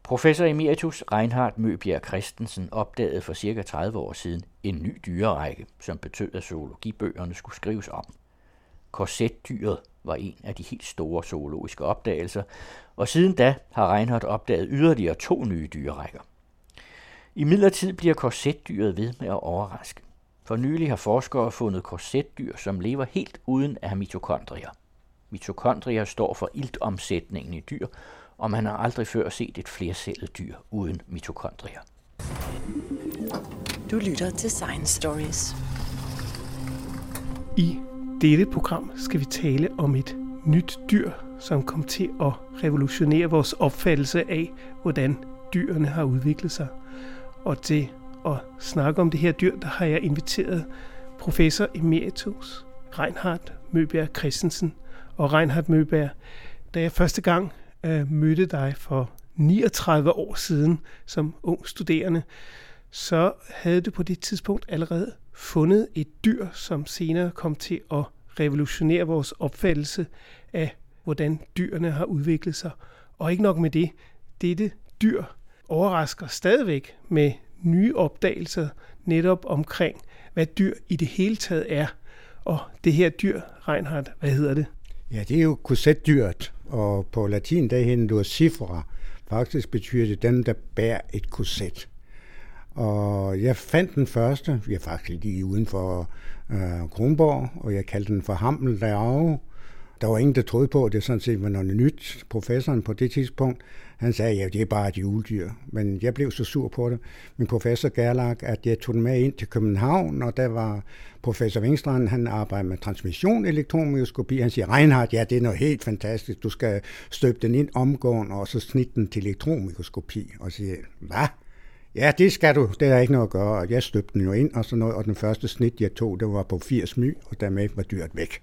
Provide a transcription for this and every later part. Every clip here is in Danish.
Professor emeritus Reinhard Møbjerg Christensen opdagede for ca. 30 år siden en ny dyrerække, som betød, at zoologibøgerne skulle skrives om. Korsetdyret var en af de helt store zoologiske opdagelser, og siden da har Reinhard opdaget yderligere 2 nye dyrerækker. Imidlertid bliver korsetdyret ved med at overraske. For nylig har forskere fundet korsetdyr, som lever helt uden at have mitokondrier. Mitokondrier står for iltomsætningen i dyr, og man har aldrig før set et flercellet dyr uden mitokondrier. Du lytter til Science Stories. I dette program skal vi tale om et nyt dyr, som kom til at revolutionere vores opfattelse af, hvordan dyrene har udviklet sig. Og til at snakke om det her dyr, der har jeg inviteret professor emeritus Reinhard Møbjerg Christensen. Og Reinhard Møbjerg, da jeg første gang mødte dig for 39 år siden som ung studerende, så havde du på det tidspunkt allerede fundet et dyr, som senere kom til at revolutionere vores opfattelse af, hvordan dyrene har udviklet sig. Og ikke nok med det, dette dyr overrasker stadigvæk med nye opdagelser netop omkring, hvad dyr i det hele taget er. Og det her dyr, Reinhard, hvad hedder det? Ja, det er jo korsetdyret, og på latin der hedder det cifra. Faktisk betyder det dem, der bærer et korset. Og jeg fandt den første, vi er faktisk lige uden for Kronborg, og jeg kaldte den for Hammel derovre. Der var ingen, der troede på, at det sådan set var noget nyt. Professoren på det tidspunkt, han sagde, ja, det er bare et juledyr. Men jeg blev så sur på det. Min professor Gerlach, at jeg tog den med ind til København, og der var professor Wingstrand, han arbejdede med transmission elektronmikroskopi. Han siger, Reinhard, ja, det er noget helt fantastisk. Du skal støbe den ind omgående, og så snitte den til elektronmikroskopi. Og siger, hvad? Ja, det skal du. Det er ikke noget at gøre. Og jeg støbte den jo ind, og sådan noget. Og den første snit, jeg tog, det var på 80 my, og dermed var dyret væk.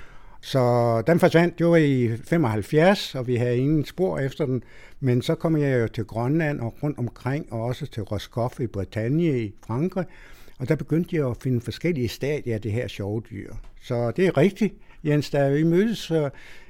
Så den forsvandt jo i 75, og vi havde ingen spor efter den. Men så kom jeg jo til Grønland og rundt omkring, og også til Roscoff i Bretagne i Frankrig. Og der begyndte jeg at finde forskellige stadier af det her sjove dyr. Så det er rigtigt, Jens, da vi mødtes for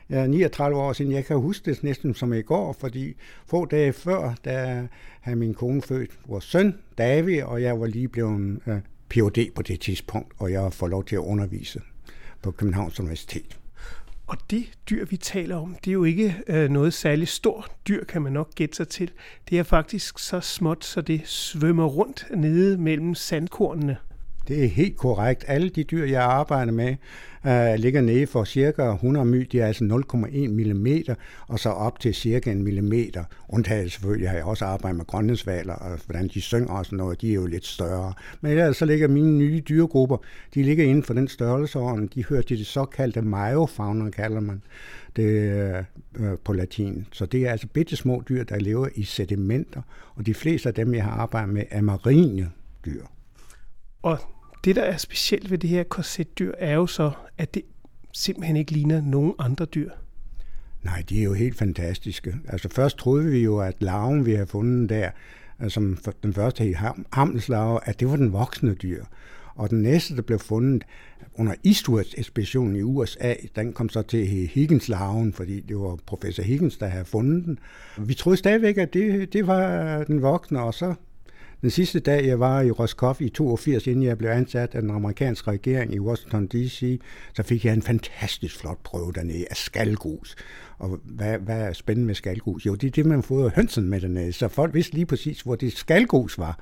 39 år siden. Jeg kan huske det næsten som i går, fordi få dage før, der havde min kone født vores søn, David, og jeg var lige blevet Ph.D. på det tidspunkt, og jeg får lov til at undervise på Københavns Universitet. Og det dyr, vi taler om, det er jo ikke noget særligt stort dyr, kan man nok gætte sig til. Det er faktisk så småt, så det svømmer rundt nede mellem sandkornene. Det er helt korrekt. Alle de dyr, jeg arbejder med, ligger nede for cirka 100 my. De er altså 0,1 mm, og så op til cirka 1 millimeter. Undtaget selvfølgelig har jeg også arbejdet med grønlandsvaler, og hvordan de synger og sådan noget, de er jo lidt større. Men ellers så ligger mine nye dyregrupper, de ligger inden for den størrelseorden. De hører til det såkaldte meiofauna, kalder man det på latin. Så det er altså bitte små dyr, der lever i sedimenter, og de fleste af dem, jeg har arbejdet med, er marine dyr. Og det, der er specielt ved det her korsetdyr, er jo så, at det simpelthen ikke ligner nogen andre dyr. Nej, de er jo helt fantastiske. Altså først troede vi jo, at larven, vi har fundet der, som den første hed Hammelslarve, at det var den voksne dyr. Og den næste, der blev fundet under Eastwood-ekspeditionen i USA, den kom så til Higgins-larven, fordi det var professor Higgins, der havde fundet den. Vi troede stadigvæk, at det var den voksne, og så den sidste dag, jeg var i Roscoff i 82, inden jeg blev ansat af den amerikanske regering i Washington D.C., så fik jeg en fantastisk flot prøve dernede af skalgus. Og hvad er spændende med skalgus? Jo, det er det, man får hønsen med dernede, så folk vidste lige præcis, hvor det skalgus var.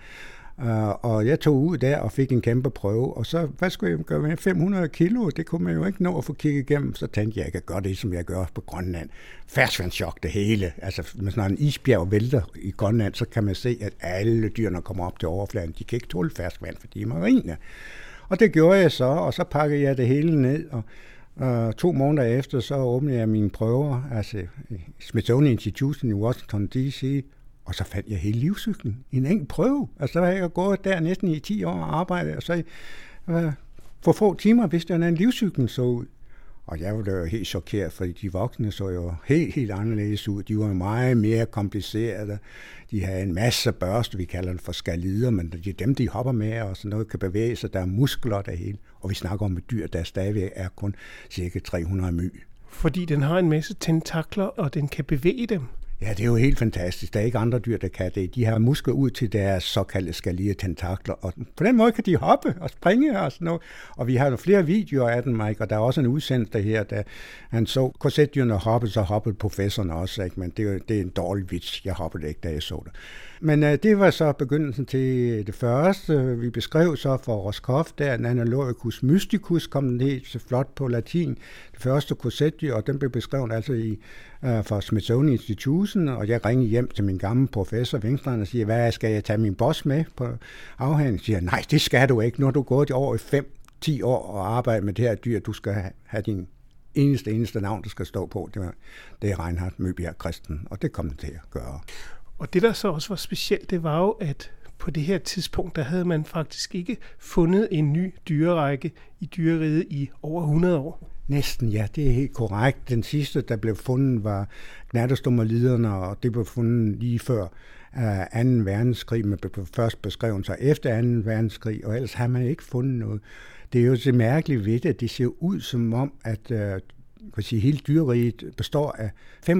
Og jeg tog ud der og fik en kæmpe prøve, og så, hvad skulle jeg gøre med 500 kilo? Det kunne man jo ikke nå at få kigget igennem, så tænkte jeg, at jeg kan gøre det, som jeg gør på Grønland. Ferskvandschok, det hele. Altså, når en isbjerg vælter i Grønland, så kan man se, at alle dyrene kommer op til overfladen. De kan ikke tåle ferskvand, for de er marine. Og det gjorde jeg så, og så pakkede jeg det hele ned, og 2 måneder efter, så åbnede jeg mine prøver, altså Smithsonian Institution i Washington D.C., og så fandt jeg hele livscyklen i en enkelt prøve. Altså, så har jeg gået der næsten i 10 år og arbejdet, og så for få timer vidste jeg, hvordan livscyklen så ud. Og jeg var jo helt chokeret, fordi de voksne så jo helt anderledes ud. De var meget mere komplicerede. De havde en masse børste, vi kalder det for skalider, men det er dem, de hopper med, og sådan noget kan bevæge sig. Der er muskler der hele. Og vi snakker om et dyr, der stadigvæk er kun cirka 300 my. Fordi den har en masse tentakler, og den kan bevæge dem. Ja, det er jo helt fantastisk. Der er ikke andre dyr, der kan det. De har muskler ud til deres såkaldte skalierede tentakler, og på den måde kan de hoppe og springe og sådan noget. Og vi har jo flere videoer af den, Mike, og der er også en udsendelse her, da han så korsetdyrene hoppe, så hoppede professoren også, ikke? Men det er en dårlig vits. Jeg hoppede ikke, da jeg så det. Men det var så begyndelsen til det første. Vi beskrev så for Roscoff, der Analogicus mysticus, kom den helt så flot på latin. Det første korsetdyr, og den blev beskrevet altså fra Smithsonian Institution, og jeg ringede hjem til min gamle professor Vingstrand og siger, hvad skal jeg tage min boss med på afhandling? Jeg siger, nej, det skal du ikke. Nu har du gået over i 5-10 år og arbejdet med det her dyr. Du skal have din eneste navn, der skal stå på. Det er Reinhard Møbjerg Christensen, og det kom den til at gøre. Og det, der så også var specielt, det var jo, at på det her tidspunkt, der havde man faktisk ikke fundet en ny dyrerække i dyreriget i over 100 år. Næsten, ja, det er helt korrekt. Den sidste, der blev fundet, var gnatterstummerliderne, og det blev fundet lige før 2. verdenskrig, men blev først beskrevet sig efter 2. verdenskrig, og ellers har man ikke fundet noget. Det er jo så mærkeligt ved det, at det ser ud som om, at hele dyreriget består af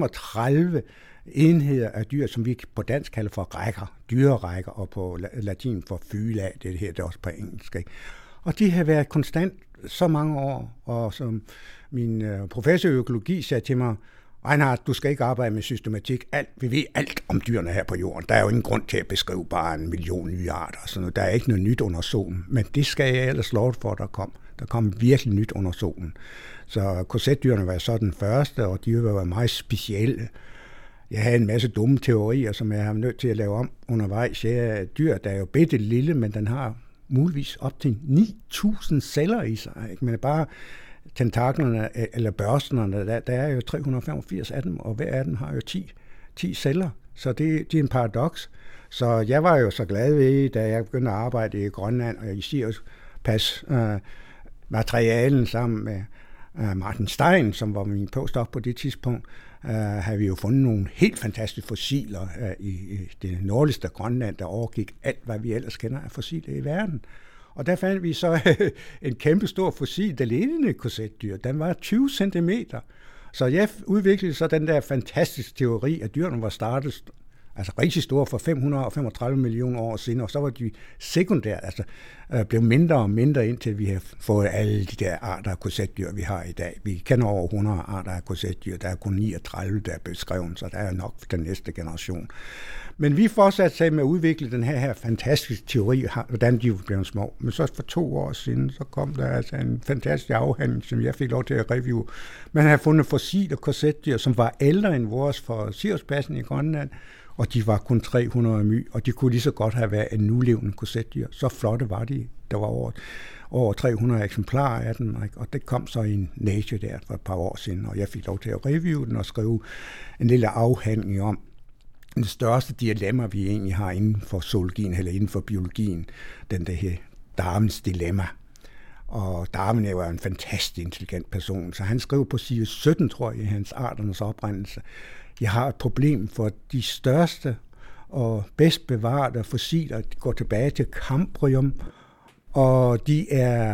35 enheder af dyr, som vi på dansk kalder for rækker, dyrerækker, og på latin for fyla, det her det er også på engelsk. Ikke? Og de har været konstant så mange år, og som min professor i økologi sagde til mig, Reinhard, du skal ikke arbejde med systematik. Vi ved alt om dyrene her på jorden. Der er jo ingen grund til at beskrive bare 1 million nye arter. Og sådan noget. Der er ikke noget nyt under solen. Men det skal jeg ellers love for, der kom. Der kom virkelig nyt under solen. Så korsetdyrene var så den første, og de var meget specielle. Jeg havde en masse dumme teorier, som jeg har nødt til at lave om undervejs. Dyr, der er jo bitte lille, men den har muligvis op til 9.000 celler i sig. Ikke? Men bare tentaklerne, eller børsterne, der er jo 385 af dem, og hver af dem har jo 10 celler. Så det er en paradoks. Så jeg var jo så glad ved, da jeg begyndte at arbejde i Grønland, og i Sirius pas materialen sammen med Martin Stein, som var min postdoc på det tidspunkt, havde vi jo fundet nogle helt fantastiske fossiler i det nordligste Grønland, der overgik alt, hvad vi ellers kender af fossiler i verden. Og der fandt vi så en kæmpe stor fossil, der lignede et korsetdyr. Den var 20 centimeter. Så jeg udviklede så den der fantastiske teori, at dyrene var startet altså rigtig store for 535 millioner år siden, og så var de sekundært, altså blev mindre og mindre, indtil vi har fået alle de der arter af korsetdyr, vi har i dag. Vi kender over 100 arter af korsetdyr, der er kun 39, der er beskrevet, så der er nok den næste generation. Men vi fortsatte med at udvikle den her fantastiske teori, hvordan de blev små. Men så for 2 år siden, så kom der altså en fantastisk afhandling, som jeg fik lov til at review. Man havde fundet fossile korsetdyr, som var ældre end vores for Siriuspladsen i Grønland, og de var kun 300 my, og de kunne lige så godt have været en nulevende korsetdyr. Så flotte var de. Der var over 300 eksemplarer af den, og det kom så i en Nature der for et par år siden, og jeg fik lov til at review den og skrive en lille afhandling om den største dilemma, vi egentlig har inden for zoologien eller inden for biologien, den der her Darwins dilemma. Og Darwin er jo en fantastisk intelligent person, så han skrev på side 17, tror jeg, i hans Arternes oprindelse, jeg har et problem for de største og bedst bevarede fossiler, de går tilbage til Cambrium, og de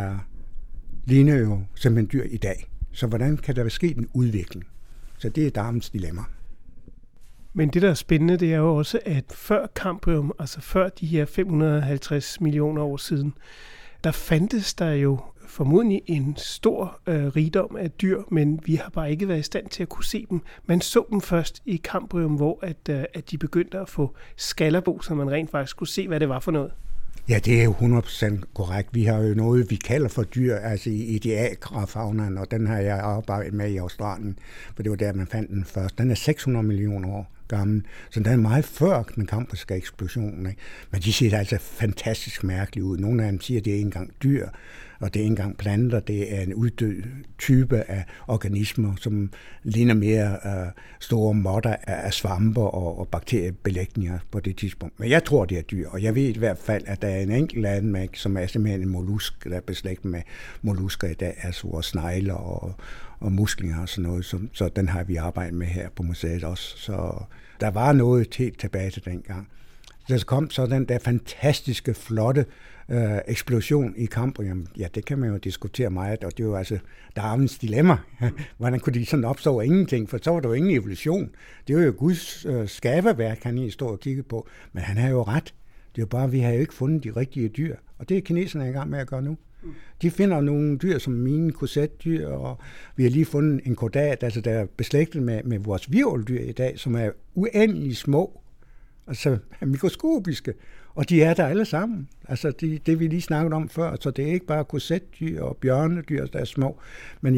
ligner jo simpelthen dyr i dag. Så hvordan kan der være sket en udvikling? Så det er Darwins dilemma. Men det, der er spændende, det er jo også, at før Cambrium, altså før de her 550 millioner år siden, der fandtes der jo formodentlig en stor rigdom af dyr, men vi har bare ikke været i stand til at kunne se dem. Man så dem først i Cambrium, hvor at de begyndte at få skallerbo, så man rent faktisk kunne se, hvad det var for noget. Ja, det er jo 100% korrekt. Vi har jo noget, vi kalder for dyr, altså i Ediacara-faunaen, og den har jeg arbejdet med i Australien, for det var der, man fandt den først. Den er 600 millioner år gammel, så den er meget før den kambriske eksplosion. Ikke? Men de ser altså fantastisk mærkeligt ud. Nogle af dem siger, at det er ikke engang dyr, og det er ikke engang planter. Det er en uddød type af organismer, som ligner mere store måtter af svamper og bakteriebelægninger på det tidspunkt. Men jeg tror, det er dyr, og jeg ved i hvert fald, at der er en enkelt af dem, som er simpelthen en mollusk, der er beslægtet med mollusker i dag, altså vores snegler og muslinger og sådan noget, så den har vi arbejdet med her på museet også. Så der var noget helt tilbage til dengang. Så kom så den der fantastiske, flotte eksplosion i Cambrium. Ja, det kan man jo diskutere meget, og det er jo altså Darwins dilemma. Hvordan kunne de sådan opstå ingenting? For så var der jo ingen evolution. Det var jo Guds skaberværk, han i står og kigge på. Men han har jo ret. Det er jo bare, vi har jo ikke fundet de rigtige dyr. Og det er kineserne i gang med at gøre nu. De finder nogle dyr som mine korsetdyr, og vi har lige fundet en kordat, altså der er beslægtet med vores hvirveldyr i dag, som er uendelig små, altså mikroskopiske, og de er der alle sammen. Altså det vi lige snakkede om før, så det er ikke bare korsetdyr og bjørnedyr, der er små, men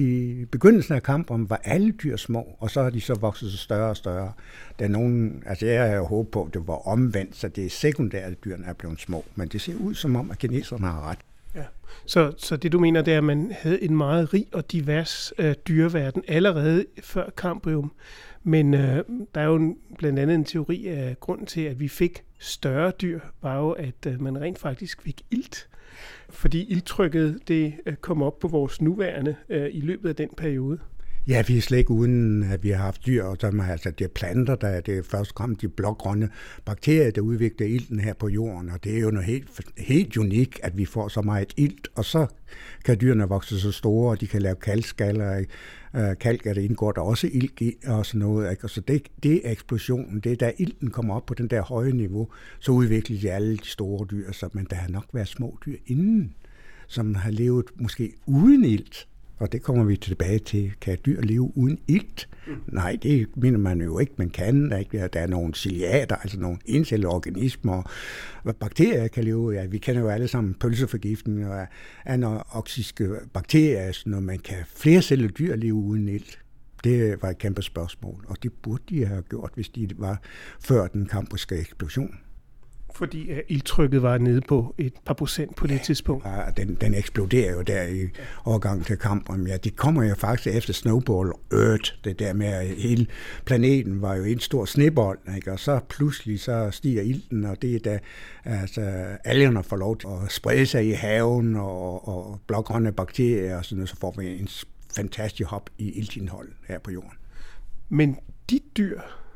i begyndelsen af Cambrium var alle dyr små, og så har de så vokset sig større og større. Der er nogen, altså jeg har jo håbet på, at det var omvendt, så det er sekundære dyrene er blevet små, men det ser ud som om, at kineserne har ret. Ja. Så det du mener, det er, at man havde en meget rig og divers dyreverden allerede før Cambrium. Men der er jo blandt andet en teori af grunden til, at vi fik større dyr, var jo, at man rent faktisk fik ilt. Fordi ilttrykket, det kom op på vores nuværende i løbet af den periode. Ja, vi er slet ikke uden, at vi har haft dyr, og så altså, det er planter, der er det først kom de blågrønne bakterier, der udvikler ilten her på jorden, og det er jo noget helt unikt, at vi får så meget ilt, og så kan dyrene vokse så store, og de kan lave kalkskaller. Kalk er det indgår der også ilt i, og sådan noget. Ikke? Og så det er eksplosionen, det er da ilten kommer op på den der høje niveau, så udvikler de alle de store dyr, så, men der har nok været små dyr inden, som har levet måske uden ilt. Og det kommer vi tilbage til. Kan dyr leve uden ilt? Nej, det mener man jo ikke, man kan. Der er nogle ciliater, altså nogle encellede organismer. Bakterier kan leve, ja, vi kender jo alle sammen pølseforgiftning og anoxiske bakterier, når man kan flercellede dyr leve uden ilt. Det var et kæmpe spørgsmål, og det burde de have gjort, hvis de var før den kambriske eksplosion. Fordi ilttrykket var nede på et par procent på det tidspunkt. Ja, den eksploderer jo der i overgangen til Cambrium. Ja, det kommer jo faktisk efter Snowball Earth. Det der med, at hele planeten var jo en stor snebold, ikke? Og så pludselig så stiger ilten, og det er da altså, algerne får lov til at sprede sig i haven, og blågrønne bakterier og sådan noget, så får vi en fantastisk hop i iltindhold her på jorden. Men de dyr,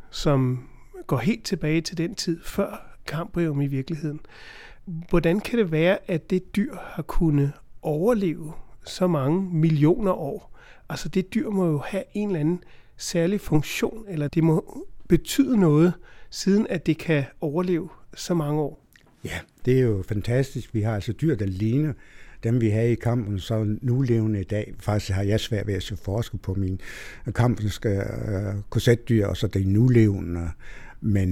som går helt tilbage til den tid før Cambrium i virkeligheden. Hvordan kan det være, at det dyr har kunnet overleve så mange millioner år? Altså det dyr må jo have en eller anden særlig funktion, eller det må betyde noget, siden at det kan overleve så mange år. Ja, det er jo fantastisk. Vi har altså dyr, der ligner dem, vi havde i Cambrium, så nulevende i dag. Faktisk har jeg svært ved at se forskel på mine cambriumske korsetdyr, og så de nulevende. Men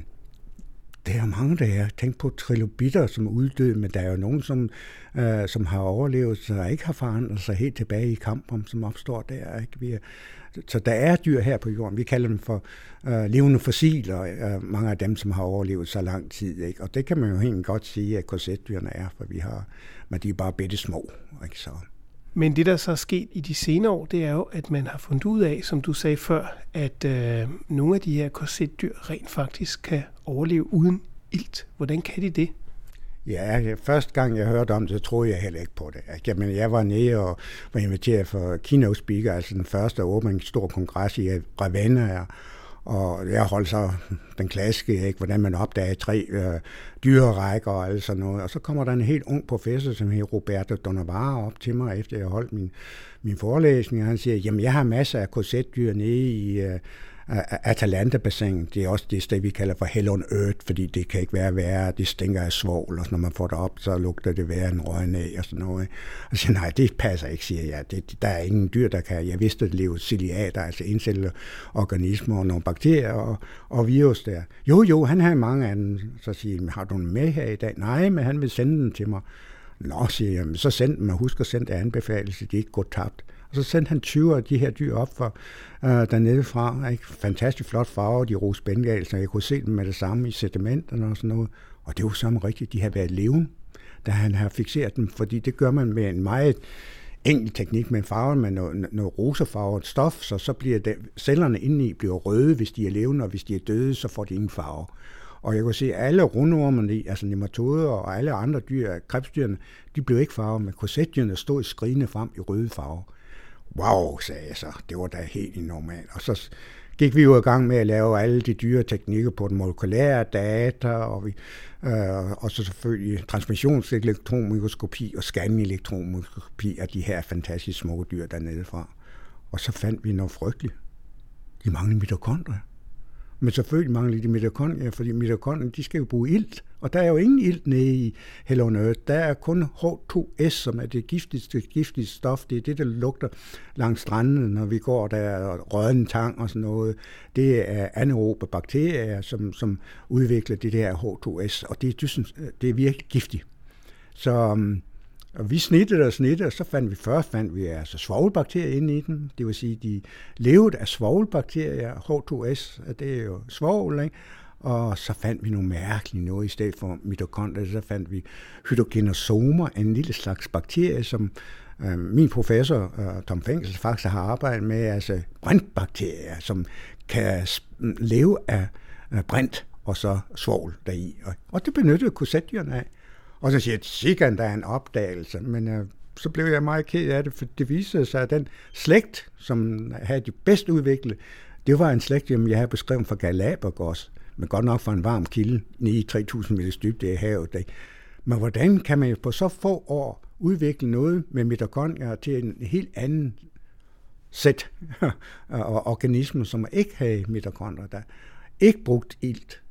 det er mange, der har tænkt på trilobitter, som er uddøde, men der er jo nogen, som har overlevet, så ikke har forandret sig helt tilbage i Cambrium, som opstår der. Ikke? Så der er dyr her på jorden. Vi kalder dem for levende fossiler, mange af dem, som har overlevet så lang tid. Ikke? Og det kan man jo helt godt sige, at korsetdyrene er, for men de er bare bitte små. Ikke? Så. Men det, der så er sket i de senere år, det er jo, at man har fundet ud af, som du sagde før, at nogle af de her korsetdyr rent faktisk kan overleve uden ilt. Hvordan kan de det? Ja, første gang jeg hørte om det, så troede jeg heller ikke på det. Jamen, jeg var nede og var inviteret for keynote speaker, altså den første åbning stor kongres i Ravenna, og jeg holdt så den klassiske, ikke, hvordan man opdager 3 dyrerækker og alt sådan noget. Og så kommer der en helt ung professor, som hedder Roberto Donavara, op til mig, efter jeg holdt min forelæsning, og han siger, jamen jeg har masser af korsetdyr nede i Atalanta-bassinet. Det er også det sted, vi kalder for Hell on Earth, fordi det kan ikke være værre, det stinker af svovl, og når man får det op, så lugter det værre en røgen af, og sådan noget. Og så siger nej, det passer ikke, siger jeg. Der er ingen dyr, der kan. Jeg vidste, at det lever ciliater, altså encellede organismer og nogle bakterier og virus der. Jo, han har mange af dem. Så siger jeg, har du dem med her i dag? Nej, men han vil sende dem til mig. Nå, siger jeg, så send dem, og husk at sende det anbefalelse, de ikke går tabt. Og så sendte han 20 af de her dyr op for dernede fra. Ikke? Fantastisk flot farve, de rose bengals, så jeg kunne se dem med det samme i sedimenterne og sådan noget. Og det var sammen rigtigt, de har været levende, da han har fikseret dem, fordi det gør man med en meget enkel teknik med farve, med noget rosafarvet stof, så bliver cellerne indeni bliver røde, hvis de er levende, og hvis de er døde, så får de ingen farve. Og jeg kunne se, at alle rundormerne, altså nematoder og alle andre dyr, krebsdyrene, de blev ikke farvet, men korsetdyrene stod skrigende frem i røde farve. Wow, sagde jeg så. Det var da helt normalt. Og så gik vi jo i gang med at lave alle de dyre teknikker på den molekylære data, og så selvfølgelig transmissionselektromikroskopi og scanning-elektronmikroskopi af de her fantastisk små dyr dernede fra. Og så fandt vi noget frygteligt. De manglede mitokondrier. Men selvfølgelig mangler de mitokondrier, fordi mitokondrier, de skal jo bruge ilt. Og der er jo ingen ilt nede i Hell on Earth. Der er kun H2S, som er det giftigste stof. Det er det, der lugter langs strandene, når vi går der, rådden tang og sådan noget. Det er anaerobe bakterier, som udvikler det der H2S, og det er virkelig giftigt. Så og vi snittede, og så fandt vi altså svovlbakterier inde i dem. Det vil sige, de levede af svovlbakterier. H2S, det er jo svovl, ikke? Og så fandt vi nogle mærkelige noget i stedet for mitokondrier. Så fandt vi hydrogenosomer, en lille slags bakterie, som min professor Tom Fengsel faktisk har arbejdet med, altså brintbakterier, som kan leve af brint og så svovl deri. Og det benyttede korsetdyrene af. Og så siger jeg, sikkert der er en opdagelse, men så blev jeg meget ked af det, for det viste sig, at den slægt, som havde de bedst udviklet, det var en slægt, jeg havde beskrevet fra Galapagos, men godt nok fra en varm kilde, nede i 3000 meters dybde i havet. Men hvordan kan man på så få år udvikle noget med mitokondrier til en helt anden sæt og organismer, som ikke havde mitokondrier, der ikke brugt ilt?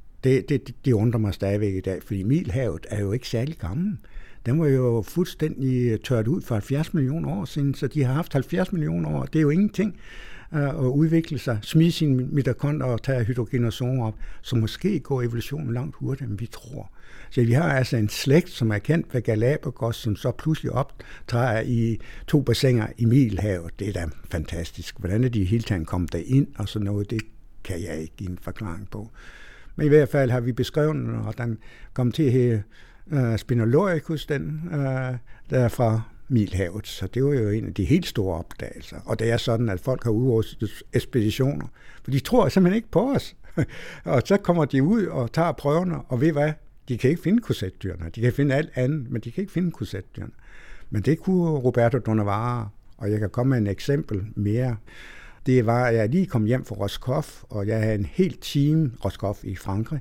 Det undrer mig stadigvæk i dag, fordi Middelhavet er jo ikke særlig gammel. Den var jo fuldstændig tørt ud for 70 millioner år siden, så de har haft 70 millioner år. Det er jo ingenting at udvikle sig, smide sine mitokondrier og tage hydrogenosomer op, så måske går evolutionen langt hurtigere, end vi tror. Så vi har altså en slægt, som er kendt ved Galapagos, som så pludselig optræder i 2 bassiner i Middelhavet. Det er da fantastisk. Hvordan er de hele tiden kommet derind og sådan noget, det kan jeg ikke give en forklaring på. Men i hvert fald har vi beskrevet den, og den kom til at hedde Spinoloricus, der er fra Middelhavet. Så det var jo en af de helt store opdagelser. Og det er sådan, at folk har udrustet ekspeditioner, for de tror simpelthen ikke på os. Og så kommer de ud og tager prøverne, og ved hvad? De kan ikke finde korsetdyrene. De kan finde alt andet, men de kan ikke finde korsetdyrene. Men det kunne Roberto Donavara, og jeg kan komme med et eksempel mere. Det var, at jeg lige kom hjem fra Roscoff, og jeg havde en helt team, Roscoff i Frankrig,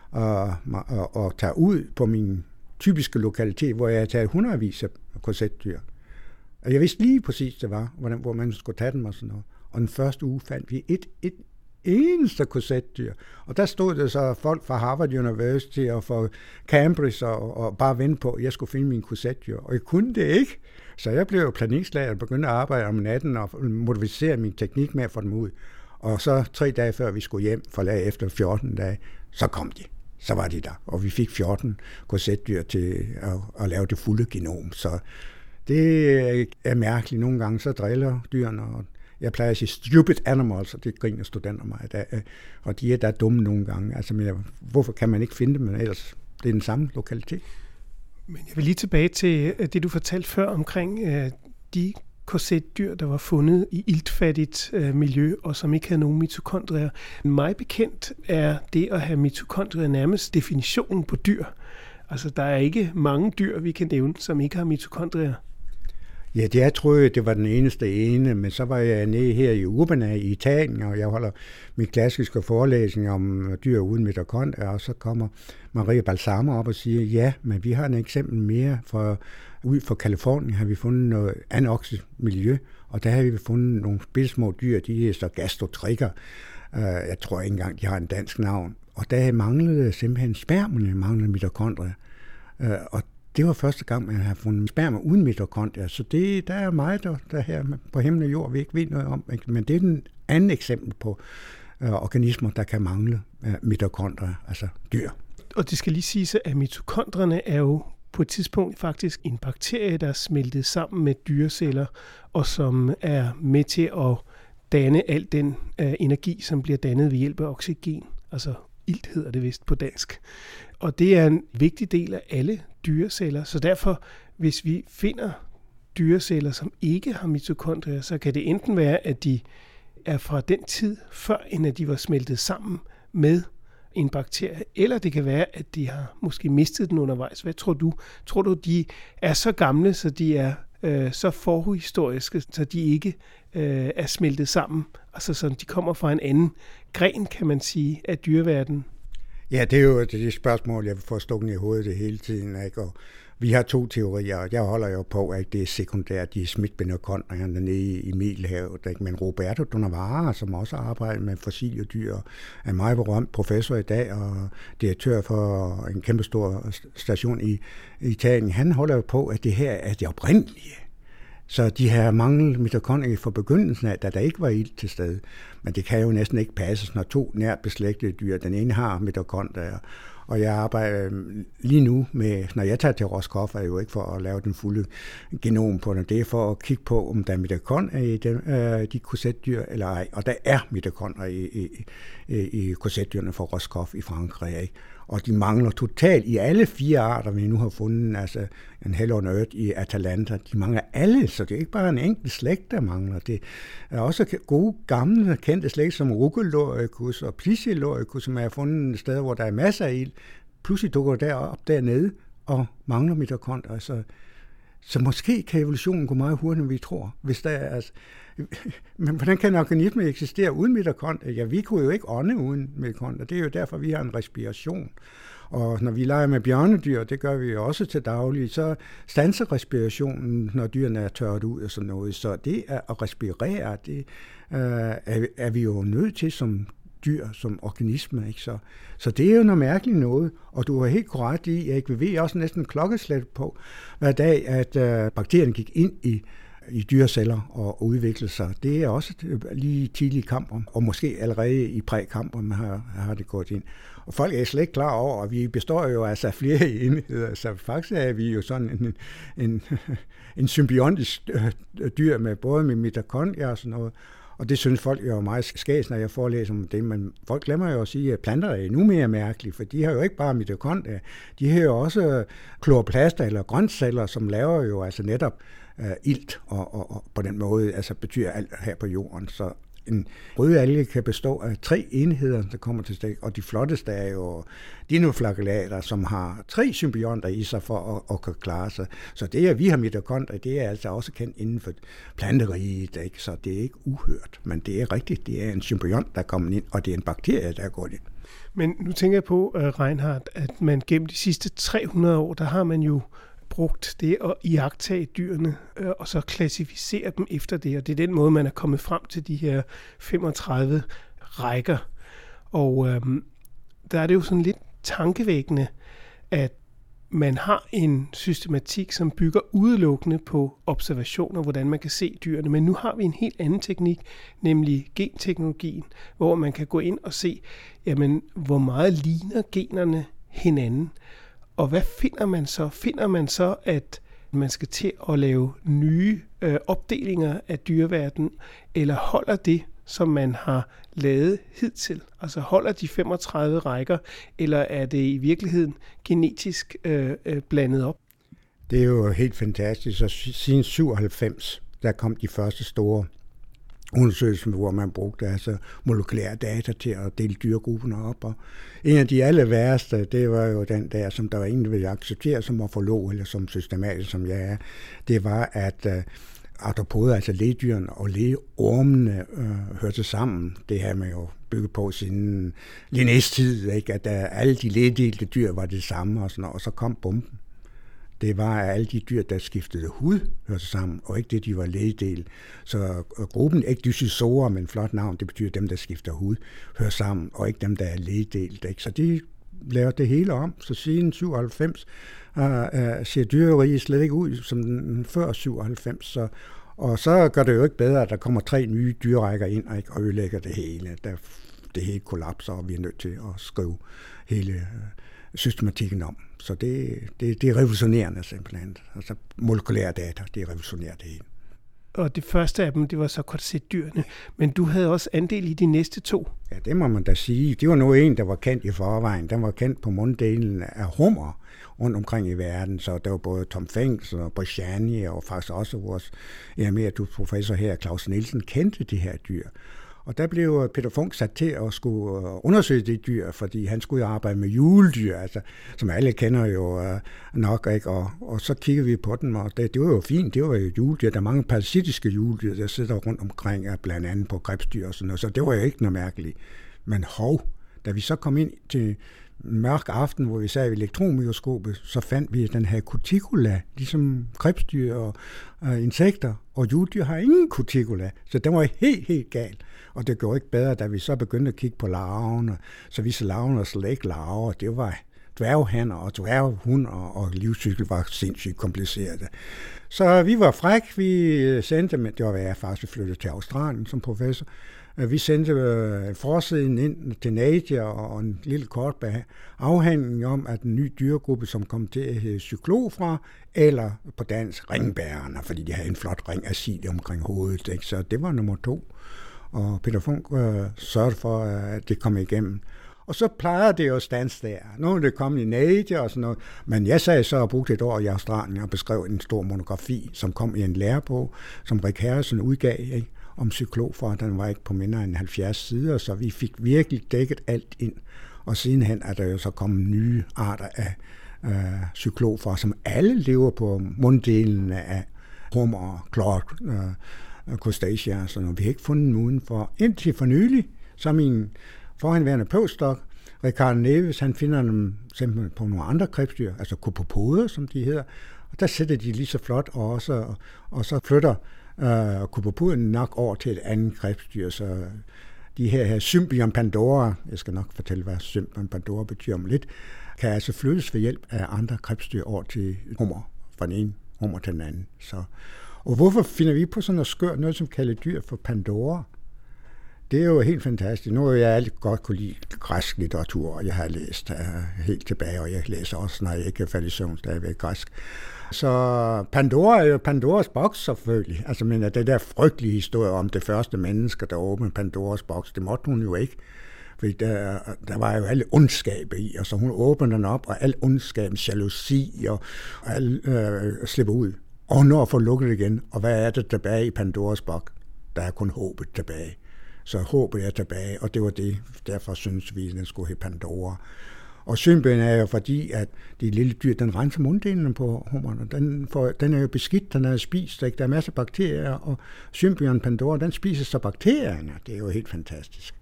og tage ud på min typiske lokalitet, hvor jeg havde taget hundredvis af korsetdyr. Og jeg vidste lige præcis, det var, hvor man skulle tage dem og sådan noget. Og den første uge fandt vi et eneste korsetdyr. Og der stod der så folk fra Harvard University og fra Cambridge og bare vente på, at jeg skulle finde mine korsetdyr. Og jeg kunne det ikke. Så jeg blev jo planikslager og begyndte at arbejde om natten og modificere min teknik med at få dem ud. Og så 3 dage før vi skulle hjem, forlade efter 14 dage, så kom de. Så var de der. Og vi fik 14 korsetdyr til at lave det fulde genom. Så det er mærkeligt. Nogle gange så driller dyrene, og jeg plejer at sige stupid animals, og det griner studenter mig af. Og de er der dumme nogle gange. Altså, men hvorfor kan man ikke finde dem, men ellers det er den samme lokalitet? Men jeg vil lige tilbage til det, du fortalte før omkring de korsetdyr, der var fundet i iltfattigt miljø, og som ikke havde nogen mitokondrier. Mig bekendt er det at have mitokondrier nærmest definitionen på dyr. Altså, der er ikke mange dyr, vi kan nævne, som ikke har mitokondrier. Ja, det jeg troede, det var den eneste, men så var jeg nede her i Urbana i Italien, og jeg holder min klassiske forelæsning om dyr uden mitokondrier, og så kommer Maria Balsamo op og siger, ja, men vi har et eksempel mere ud fra Californien, har vi fundet noget anoxisk miljø, og der har vi fundet nogle bittesmå dyr, de er så gastrotrikker. Jeg tror ikke engang, de har en dansk navn. Og der manglede simpelthen spermerne, manglede mitokondrier. Og det var første gang, man har fundet sperma uden mitokondrier, så der er meget der her på himmel og jord, vi ikke ved noget om. Men det er den anden eksempel på organismer, der kan mangle mitokondrier, altså dyr. Og det skal lige siges, at mitokondrierne er jo på et tidspunkt faktisk en bakterie, der er smeltet sammen med dyreceller, og som er med til at danne al den energi, som bliver dannet ved hjælp af oxygen. Altså ilt hedder det vist på dansk. Og det er en vigtig del af alle dyreceller, så derfor, hvis vi finder dyreceller, som ikke har mitokondrier, så kan det enten være, at de er fra den tid, før end at de var smeltet sammen med en bakterie, eller det kan være, at de har måske mistet den undervejs. Hvad tror du? Tror du, de er så gamle, så de er så forhistoriske, så de ikke er smeltet sammen Altså sådan, de kommer fra en anden gren, kan man sige, af dyreverdenen. Ja, det er jo det spørgsmål, jeg får stukket i hovedet det hele tiden, ikke? Og vi har 2 teorier, og jeg holder jo på, at det er sekundært, de er smitbenokondringerne nede i Middelhavet, ikke? Men Roberto Donavara, som også arbejder med fossile dyr, er meget berømt professor i dag, og direktør for en kæmpestor station i Italien, han holder jo på, at det her er det oprindelige. Så de har manglet mitokondrier fra begyndelsen af, da der ikke var ilt til stede. Men det kan jo næsten ikke passes, når 2 nært beslægtede dyr, den ene har mitokondrier. Og jeg arbejder lige nu med, når jeg tager til Roscoff, er jo ikke for at lave den fulde genom på det. Det er for at kigge på, om der er mitokondrier i de korsetdyr eller ej. Og der er mitokondrier i korsetdyrene fra Roscoff i Frankrig, ikke? Og de mangler totalt i alle 4 arter, vi nu har fundet, altså en Hell on Earth i Atalanta. De mangler alle, så det er ikke bare en enkelt slægt, der mangler. Det er også gode, gamle, kendte slægter som Rugeloricus og Pliciloricus, som er fundet steder, hvor der er masser af ild. Pludselig dukker der op dernede og mangler mitokondrier. Så måske kan evolutionen gå meget hurtigt, end vi tror. Hvis der er, altså, men hvordan kan en organisme eksistere uden mitokondrier? Ja, vi kunne jo ikke ånde uden mitokondrier. Det er jo derfor, vi har en respiration. Og når vi leger med bjørnedyr, det gør vi jo også til daglig, så standser respirationen, når dyrene er tørret ud og sådan noget. Så det at respirere, det er vi jo nødt til som dyr, som organisme, ikke? Så det er jo noget mærkeligt noget, og du har helt korrekt i, at vi ved også næsten klokkeslæt på hver dag, at bakterien gik ind i dyreceller og udvikle sig. Det er også lige tidlige kamper, og måske allerede i prækamper har det gået ind. Og folk er slet ikke klar over, at vi består jo altså af flere enheder, så faktisk er vi jo sådan en symbiontisk dyr med både med mitokondrier og sådan noget. Og det synes folk jo er meget skæs, når jeg forelæser om det, men folk glemmer jo at sige, at planter er endnu mere mærkelige, for de har jo ikke bare mitokondrier, de har jo også kloroplaster eller grøntceller, som laver jo altså netop ilt, og på den måde altså betyder alt her på jorden. Så en rødalge kan bestå af 3 enheder, der kommer til stik, og de flotteste er jo dinoflagellater, som har 3 symbionter i sig for at kunne klare sig. Så det, at vi har mitokondrier, det er altså også kendt inden for planteriget, ikke? Så det er ikke uhørt, men det er rigtigt. Det er en symbiont, der er kommet ind, og det er en bakterie, der er gået ind. Men nu tænker jeg på, Reinhardt, at man gennem de sidste 300 år, der har man jo brugt det at iagttage dyrene, og så klassificere dem efter det, og det er den måde, man er kommet frem til de her 35 rækker. Og der er det jo sådan lidt tankevækkende, at man har en systematik, som bygger udelukkende på observationer, hvordan man kan se dyrene, men nu har vi en helt anden teknik, nemlig genteknologien, hvor man kan gå ind og se, jamen, hvor meget ligner generne hinanden. Og hvad finder man så? Finder man så, at man skal til at lave nye opdelinger af dyreverdenen, eller holder det, som man har lavet hidtil? Altså holder de 35 rækker, eller er det i virkeligheden genetisk blandet op? Det er jo helt fantastisk. Så siden 97, der kom de første store undersøgelser, hvor man brugte altså molekylære data til at dele dyregrupperne op. Og en af de aller værste, det var jo den der, som der var ingen, der ville acceptere som morfolog, eller som systematisk, som jeg er. Det var, at arthropoder, altså ledyrene og ledormene, hørte sammen. Det har man jo bygget på siden Linnés tid, ikke? At alle de leddelte dyr var det samme, og sådan noget, og så kom bomben. Det var alle de dyr, der skiftede hud, hørte sammen, og ikke det, de var leddel. Så gruppen, ikke dysaurer, men flot navn, det betyder dem, der skifter hud, hører sammen, og ikke dem, der er leddelt. Så de lavede det hele om. Så siden 97 ser dyreriget slet ikke ud som den før 97. Og så gør det jo ikke bedre, at der kommer 3 nye dyrerækker ind og ødelægger det hele. Det hele kollapser, og vi er nødt til at skrive hele systematikken om. Så det er revolutionerende simpelthen. Altså molekylære data, det revolutionerer det hele. Og det første af dem, det var så korsetdyrene. Men du havde også andel i de næste 2. Ja, det må man da sige. Det var nu en, der var kendt i forvejen. Den var kendt på munddelen af hummer rundt omkring i verden. Så der var både Tom Fengs og Brichani, og faktisk også vores emeritus professor her, Claus Nielsen, kendte de her dyr. Og der blev Peter Funk sat til at skulle undersøge det dyr, fordi han skulle arbejde med juledyr, altså, som alle kender jo nok, ikke? Og så kiggede vi på dem, og det var jo fint, det var jo juledyr. Der er mange parasitiske juledyr, der sidder rundt omkring, blandt andet på krebsdyr og sådan noget, så det var jo ikke noget mærkeligt. Men da vi så kom ind til en mørk aften, hvor vi sad i elektronmikroskopet, så fandt vi, at den havde cuticula, ligesom krebsdyr og insekter, og juledyr har ingen cuticula, så den var helt galt. Og det gjorde ikke bedre, da vi så begyndte at kigge på larverne, så viste larverne slet ikke larver. Det var dværghanner og dværghunder, og livscykel var sindssygt kompliceret. Så vi var frække, vi sendte, men det var jeg faktisk flyttet til Australien som professor. Vi sendte forsiden ind til Nature og en lille kort afhandling om, at en ny dyregruppe, som kom til at hedde Cyclophora, eller på dansk ringbærerne, fordi de havde en flot ring af silie omkring hovedet. Ikke? Så det var nummer 2. Og Peter Funk sørgede for, at det kom igennem. Og så plejer det jo at stands der. Nu er det kommet i Nature og sådan noget. Men jeg sagde så og brugte et år i Australien og beskrev en stor monografi, som kom i en lærebog, som Rick Harrison udgav, ikke? Om Cyclophora. Den var ikke på mindre end 70 sider, så vi fik virkelig dækket alt ind. Og sidenhen er der jo så kommet nye arter af Cyclophora, som alle lever på munddelen af hummer, klok, crustacea, så vi har ikke fundet dem udenfor. Indtil for nylig, så min forhenværende postdoc, Ricardo Neves, han finder dem simpelthen på nogle andre krebsdyr, altså copopoder, som de hedder, og der sætter de lige så flot også, og så flytter copopoden nok over til et andet krebsdyr, så de her Symbion pandora, jeg skal nok fortælle, hvad Symbion pandora betyder om lidt, kan altså flyttes ved hjælp af andre krebsdyr over til hummer, fra den ene hummer til den anden. Og hvorfor finder vi på sådan noget skørt, noget som kalder dyr for Pandora? Det er jo helt fantastisk. Nu har jeg altid godt kunne lide græsk litteratur, og jeg har læst helt tilbage, og jeg læser også, når jeg ikke kan falde i søvn, stadigvæk græsk. Så Pandora er jo Pandoras boks selvfølgelig. Altså, men det der frygtelige historie om det første menneske, der åbnede Pandoras boks, det måtte hun jo ikke. Fordi der var jo alle ondskab i, og så hun åbner den op, og al ondskab, jalousi og slipper ud. Og når får lukket igen, og hvad er det tilbage i Pandoras boks? Der er kun håbet tilbage. Så håbet er tilbage, og det var det. Derfor synes vi, at den skulle hedde Pandora. Og Symbion er jo fordi, at de lille dyr, den renser munddelen på hummerne. Den er jo beskidt, den er spist, ikke? Der er masser af bakterier, og Symbion Pandora, den spiser så bakterierne. Det er jo helt fantastisk.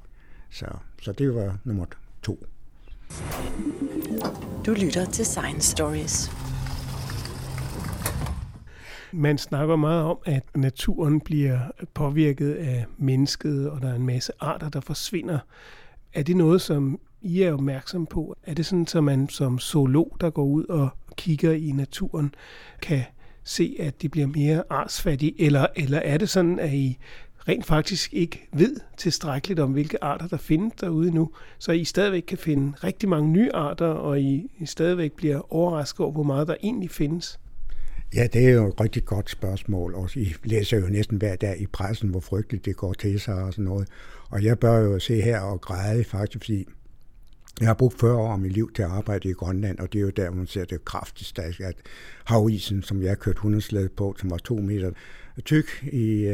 Så det var nummer 2. Du lytter til Science Stories. Man snakker meget om, at naturen bliver påvirket af mennesket, og der er en masse arter, der forsvinder. Er det noget, som I er opmærksom på? Er det sådan, at man som zoolog, der går ud og kigger i naturen, kan se, at det bliver mere artsfattige? Eller er det sådan, at I rent faktisk ikke ved tilstrækkeligt om, hvilke arter der findes derude nu, så I stadigvæk kan finde rigtig mange nye arter, og I stadigvæk bliver overrasket over, hvor meget der egentlig findes? Ja, det er jo et rigtig godt spørgsmål, og I læser jo næsten hver dag i pressen, hvor frygteligt det går til sig og sådan noget. Og jeg bør jo se her og græde faktisk, fordi jeg har brugt 40 år af mit liv til at arbejde i Grønland, og det er jo der, hvor man ser det kraftigst, at havisen, som jeg kørte 100 sled på, som var 2 meter tyk i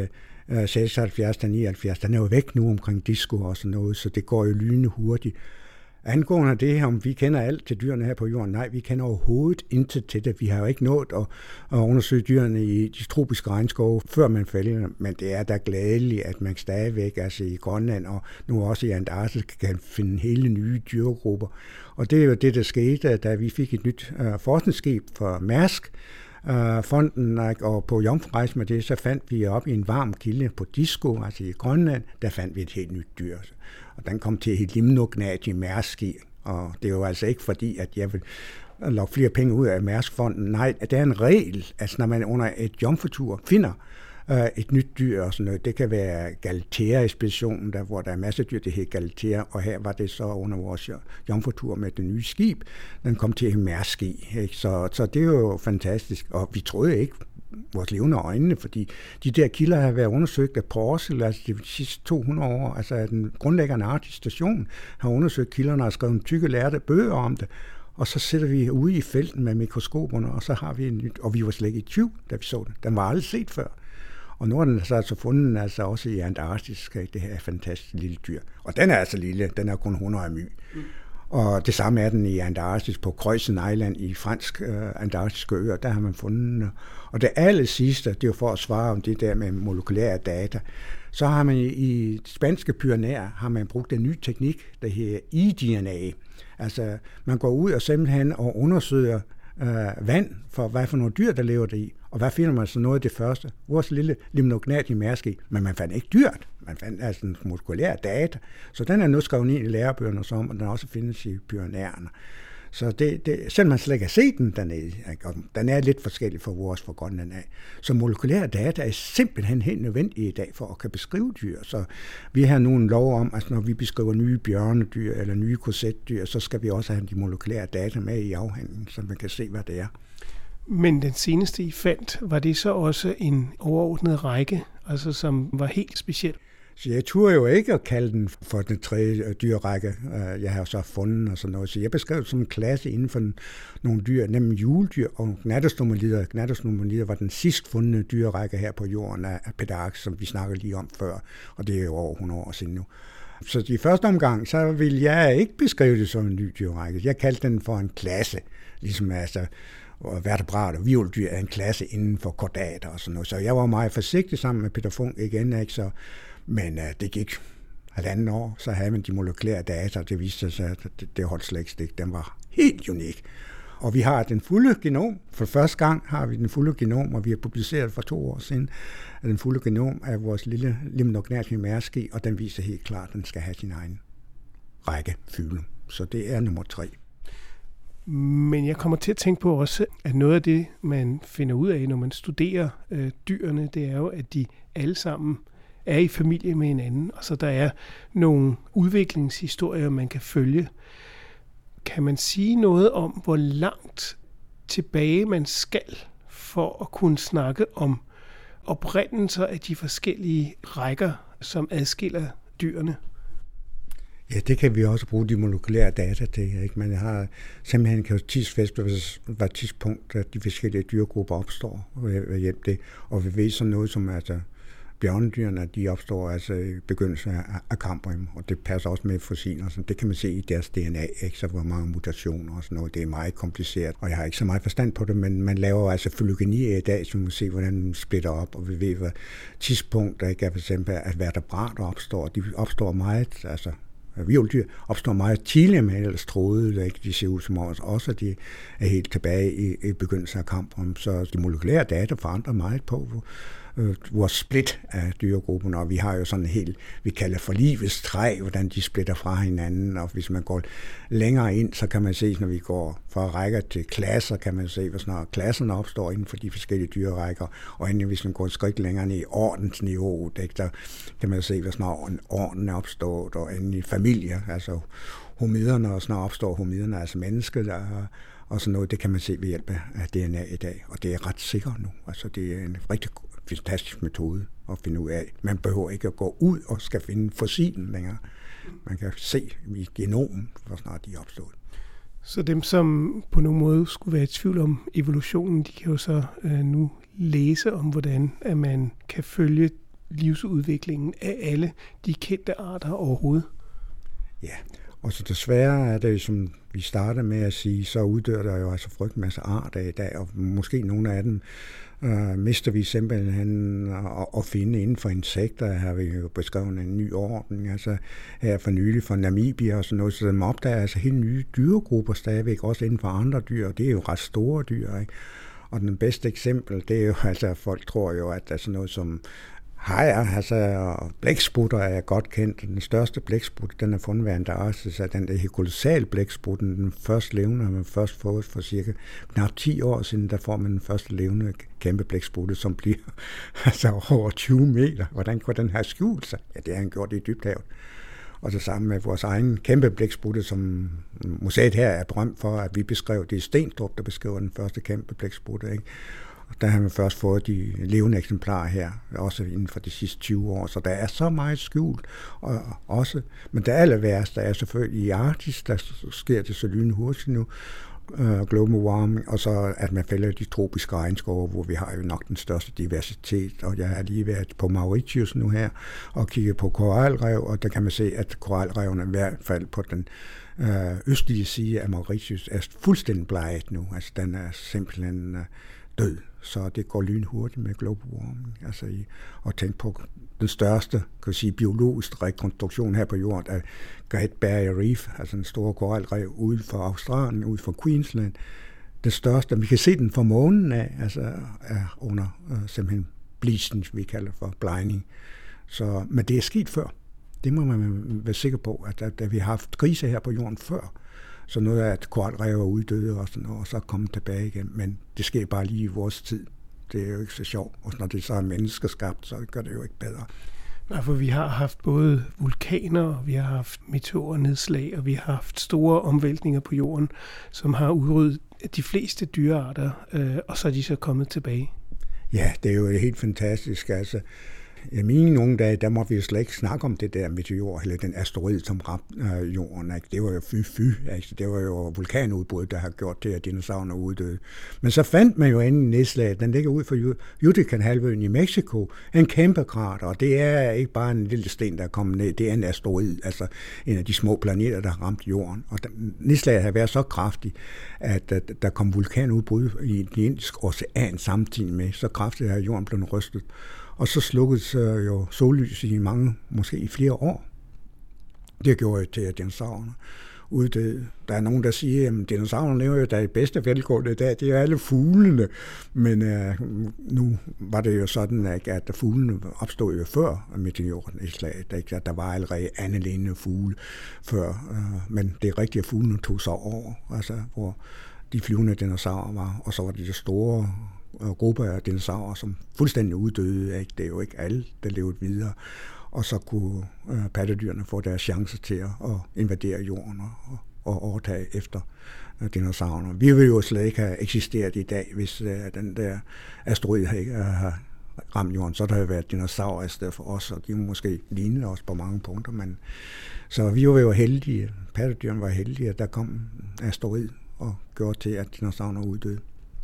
76 og 79, den er jo væk nu omkring disco og sådan noget, så det går jo lynende hurtigt. Angående det her, om vi kender alt til dyrene her på jorden, nej, vi kender overhovedet intet til det. Vi har jo ikke nået at undersøge dyrene i de tropiske regnskove, før man fælder, men det er da glædeligt, at man stadigvæk, altså i Grønland og nu også i Antarktis, kan finde hele nye dyregrupper. Og det er jo det, der skete, da vi fik et nyt forskningsskib fra Mærsk, fonden, og på jomfrurejse med det, så fandt vi op i en varm kilde på Disco, altså i Grønland, der fandt vi et helt nyt dyr. Og den kom til at hedde Limnognathe Mærski, og det er jo altså ikke fordi, at jeg vil lokke flere penge ud af Mærskfonden. Nej, det er en regel, altså når man under et jomfrutur finder et nyt dyr og sådan noget. Det kan være Galatea-ekspeditionen, hvor der er masser af dyr, det hedder Galatea, og her var det så under vores jomfrutur med det nye skib. Den kom til at hedde Mærski, ikke? Så det er jo fantastisk, og vi troede ikke vores levende øjne, fordi de der kilder har været undersøgt af Porcel, altså de sidste 200 år, altså den grundlæggende Arktisk Station har undersøgt kilderne og skrevet tykke lærte bøger om det, og så sætter vi ude i felten med mikroskoperne, og så har vi en nyt, og vi var slet ikke i tvivl, da vi så det. Den var aldrig set før. Og nu er den så altså fundet altså også i Antarktis, det her fantastiske lille dyr. Og den er altså lille, den er kun 100 my. Og det samme er den i Antarktis på Kreuzen Island i fransk antarktiske øer, der har man fundet. Og det aller sidste, det er jo for at svare om det der med molekylære data, så har man i spanske Pyrenæer har man brugt en ny teknik, der hedder eDNA. Altså man går ud og simpelthen og undersøger vand for, hvad for nogle dyr, der lever der i. Og hvad finder man så noget af det første? Vores lille limnognatlige mærske, men man fandt ikke dyrt. Man fandt altså molekylære data. Så den er nu skrevet ind i lærebøgerne som, og den også findes i Pyrenæerne. Så selvom man slet ikke har set den dernede, den er lidt forskellig fra vores fra Grønland af. Så molekylære data er simpelthen helt nødvendige i dag for at kan beskrive dyr. Så vi har nu en lov om, at når vi beskriver nye bjørnedyr eller nye korsetdyr, så skal vi også have de molekylære data med i afhandlingen, så man kan se, hvad det er. Men den seneste I fandt, var det så også en overordnet række, altså som var helt speciel? Så jeg turde jo ikke at kalde den for den tredje dyrrække, jeg har så fundet og sådan noget. Så jeg beskrev det som en klasse inden for nogle dyr, nemlig juledyr og gnatostomelider. Gnatostomelider var den sidst fundne dyrrække her på jorden af Petax, som vi snakkede lige om før, og det er jo over 100 år siden nu. Så i første omgang, så vil jeg ikke beskrive det som en ny dyrrække. Jeg kaldte den for en klasse, ligesom altså vertebrater og virveldyr er en klasse inden for kordater og sådan noget. Så jeg var meget forsigtig sammen med Peter Funk igen, ikke? Så men det gik 1,5 år, så havde man de molekylære data, og det viste sig, at det holdt slet ikke stik. Den var helt unik. Og vi har den fulde genom. For første gang har vi den fulde genom, og vi har publiceret for 2 år siden den fulde genom af vores lille limnognatlige mærske, og den viser helt klart, at den skal have sin egen række fylde. Så det er nummer 3. Men jeg kommer til at tænke på også, at noget af det, man finder ud af, når man studerer dyrene, det er jo, at de alle sammen er i familie med hinanden, og så der er nogle udviklingshistorier, man kan følge. Kan man sige noget om, hvor langt tilbage man skal for at kunne snakke om oprindelser af de forskellige rækker, som adskiller dyrene? Ja, det kan vi også bruge de molekylære data til. Ikke? Man har simpelthen kan jo tidsfæste, hvad tidspunkt, at de forskellige dyregrupper opstår ved hjælp det. Og vi ved sådan noget som altså bjørnedyrene, de opstår altså i begyndelsen af Cambrium, og det passer også med fossiler. Så det kan man se i deres DNA, ikke? Så hvor mange mutationer og sådan noget. Det er meget kompliceret, og jeg har ikke så meget forstand på det, men man laver altså fylogenier i dag, så man kan se, hvordan den splitter op, og vi ved, hvad tidspunkt der ikke er for eksempel, at vertebrater opstår. De opstår meget, altså virveldyr opstår meget tidligere med ellers troede, ikke? De ser ud som også, at de er helt tilbage i begyndelsen af Cambrium. Så de molekylære data forandrer meget på vores split af dyregruppen, og vi har jo sådan en helt, vi kalder for livets træ, hvordan de splitter fra hinanden, og hvis man går længere ind, så kan man se, når vi går fra rækker til klasser, kan man se, når klasserne opstår inden for de forskellige dyrerækker, og endelig hvis man går et skridt længere ned i ordensniveau, der kan man se, når orden er opstået, og endelig familier, altså homiderne, og snart opstår homiderne, altså mennesker, der og sådan noget, det kan man se ved hjælp af DNA i dag, og det er ret sikkert nu. Altså det er en rigtig fantastisk metode at finde ud af. Man behøver ikke at gå ud og skal finde fossilen længere. Man kan se i genomen, hvor snart de er opstået. Så dem, som på nogen måde skulle være i tvivl om evolutionen, de kan jo så nu læse om, hvordan at man kan følge livsudviklingen af alle de kendte arter overhovedet. Ja, og så desværre er det, som vi starter med at sige, så uddør der jo altså frygtelig masse arter i dag, og måske nogle af dem mister vi simpelthen at finde inden for insekter. Her har vi jo beskrevet en ny orden, altså her for nylig fra Namibia og sådan noget, så dem opdager altså helt nye dyregrupper stadigvæk, også inden for andre dyr, og det er jo ret store dyr, ikke? Og den bedste eksempel, det er jo altså, folk tror jo, at der er sådan noget som hajer, altså blæksprutter er godt kendt. Den største blæksprutte, den er fundet ved Antarktis, så den der kolossal blæksprutten, den første levende, har man først fået for cirka knap 10 år siden, der får man den første levende kæmpe blæksprutte, som bliver altså over 20 meter. Hvordan kunne den have skjult sig? Ja, det har han gjort i dybhavet. Og så sammen med vores egen kæmpe blæksprutte, som museet her er berømt for, at vi beskrev, det er Stenstrup, der beskriver den første kæmpe blæksprutte, ikke? Og der har man først fået de levende eksemplarer her, også inden for de sidste 20 år, så der er så meget skjult. Og også, men det aller værste er selvfølgelig i Arktis, der sker det så lynhurtigt nu, global warming, og så at man fælder de tropiske regnskove, hvor vi har jo nok den største diversitet, og jeg har lige været på Mauritius nu her, og kigget på koralrev, og der kan man se, at koralrevene i hvert fald på den østlige side af Mauritius er fuldstændig bleget nu, altså den er simpelthen død, så det går lynhurtigt med global warming, altså og tænk på den største, kan sige, biologisk rekonstruktion her på jorden af Great Barrier Reef, altså en stor koralrev ude for Australien, ude for Queensland. Det største, vi kan se den fra månen af, altså er under simpelthen bleaching, vi kalder for blinding. Men det er sket før. Det må man være sikker på, at vi har haft krise her på jorden før. Så noget af, at koralrev er uddøde og sådan noget, og så kommer tilbage igen. Men det sker bare lige i vores tid. Det er jo ikke så sjovt. Og når det så er menneskeskabt, så gør det jo ikke bedre. Nej, for vi har haft både vulkaner, vi har haft meteornedslag, og vi har haft store omvæltninger på jorden, som har udryddet de fleste dyrearter, og så er de så kommet tilbage. Ja, det er jo helt fantastisk. Altså, i mine nogle dage, der må vi jo slet ikke snakke om det der meteor, eller den asteroid, som ramte jorden. Ikke? Det var jo fy. Det var jo vulkanudbrud, der har gjort det, at dinosaurerne er uddøde. Men så fandt man jo inden nedslaget, den ligger ud for Yucatan-halvøen i Mexico, en kæmpe krater, og det er ikke bare en lille sten, der er kommet ned, det er en asteroid, altså en af de små planeter, der har ramt jorden. Og nedslaget har været så kraftigt, at der kom vulkanudbrud i det indiske ocean samtidig med, så kraftigt er jorden blevet rystet. Og så slukkedes jo sollys i måske i flere år. Det gjorde jo til, at dinosaurerne uddøde. Der er nogen, der siger, at dinosaurerne lever jo der i bedste velgående i dag. Det er alle fuglene. Men nu var det jo sådan, at fuglene opstod jo før meteornedslaget. Der var allerede andelignende fugle før. Men det er rigtigt, at fuglene tog sig over, altså, hvor de flyvende dinosaurer var. Og så var det store grupper af dinosaurer, som fuldstændig uddøde. Ikke? Det er jo ikke alle, der levede videre. Og så kunne pattedyrene få deres chance til at invadere jorden og overtage efter dinosaurerne. Vi ville jo slet ikke have eksisteret i dag, hvis den der asteroid ikke har ramt jorden. Så der havde været dinosaurer i stedet for os, og de måske lignede os på mange punkter. Men så vi var jo heldige. Pattedyrene var heldige, at der kom en asteroid og gjorde til, at dinosaurerne uddøde.